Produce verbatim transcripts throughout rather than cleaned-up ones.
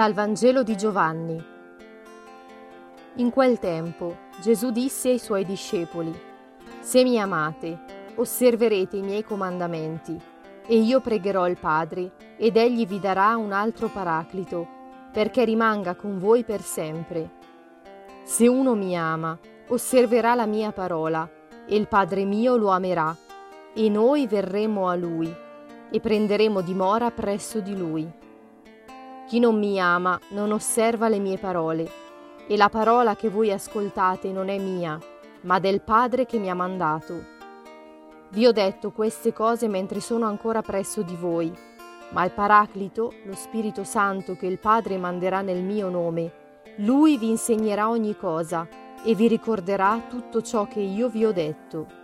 Dal Vangelo di Giovanni. In quel tempo Gesù disse ai suoi discepoli: «Se mi amate, osserverete i miei comandamenti, e io pregherò il Padre, ed egli vi darà un altro Paraclito, perché rimanga con voi per sempre. Se uno mi ama, osserverà la mia parola, e il Padre mio lo amerà, e noi verremo a lui, e prenderemo dimora presso di lui. Chi non mi ama non osserva le mie parole, e la parola che voi ascoltate non è mia, ma del Padre che mi ha mandato. Vi ho detto queste cose mentre sono ancora presso di voi, ma il Paraclito, lo Spirito Santo che il Padre manderà nel mio nome, Lui vi insegnerà ogni cosa e vi ricorderà tutto ciò che io vi ho detto.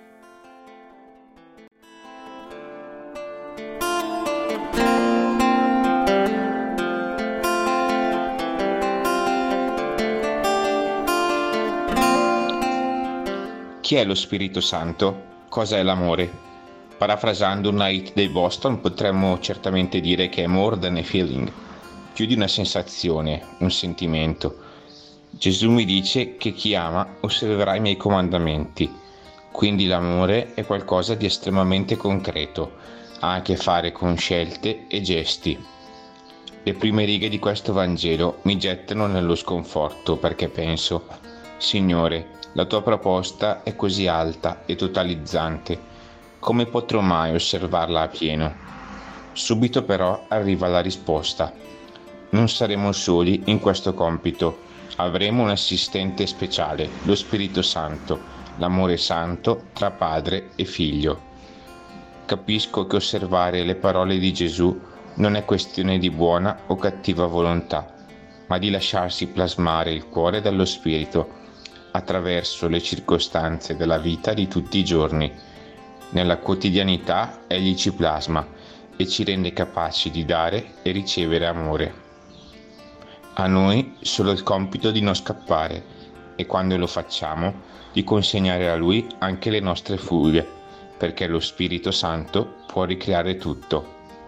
Chi è lo Spirito Santo? Cosa è l'amore? Parafrasando una hit dei Boston, potremmo certamente dire che è more than a feeling, più di una sensazione, un sentimento. Gesù mi dice che chi ama osserverà i miei comandamenti, quindi l'amore è qualcosa di estremamente concreto, ha a che fare con scelte e gesti. Le prime righe di questo Vangelo mi gettano nello sconforto perché penso: Signore, la tua proposta è così alta e totalizzante, come potrò mai osservarla a pieno? Subito però arriva la risposta. Non saremo soli in questo compito, avremo un assistente speciale, lo Spirito Santo, l'amore santo tra padre e figlio. Capisco che osservare le parole di Gesù non è questione di buona o cattiva volontà, ma di lasciarsi plasmare il cuore dallo Spirito attraverso le circostanze della vita di tutti i giorni. Nella quotidianità egli ci plasma e ci rende capaci di dare e ricevere amore. A noi solo il compito di non scappare e, quando lo facciamo, di consegnare a lui anche le nostre fughe, perché lo Spirito Santo può ricreare tutto.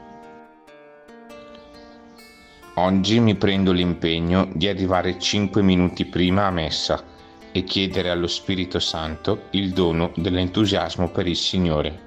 Oggi mi prendo l'impegno di arrivare cinque minuti prima a messa e chiedere allo Spirito Santo il dono dell'entusiasmo per il Signore.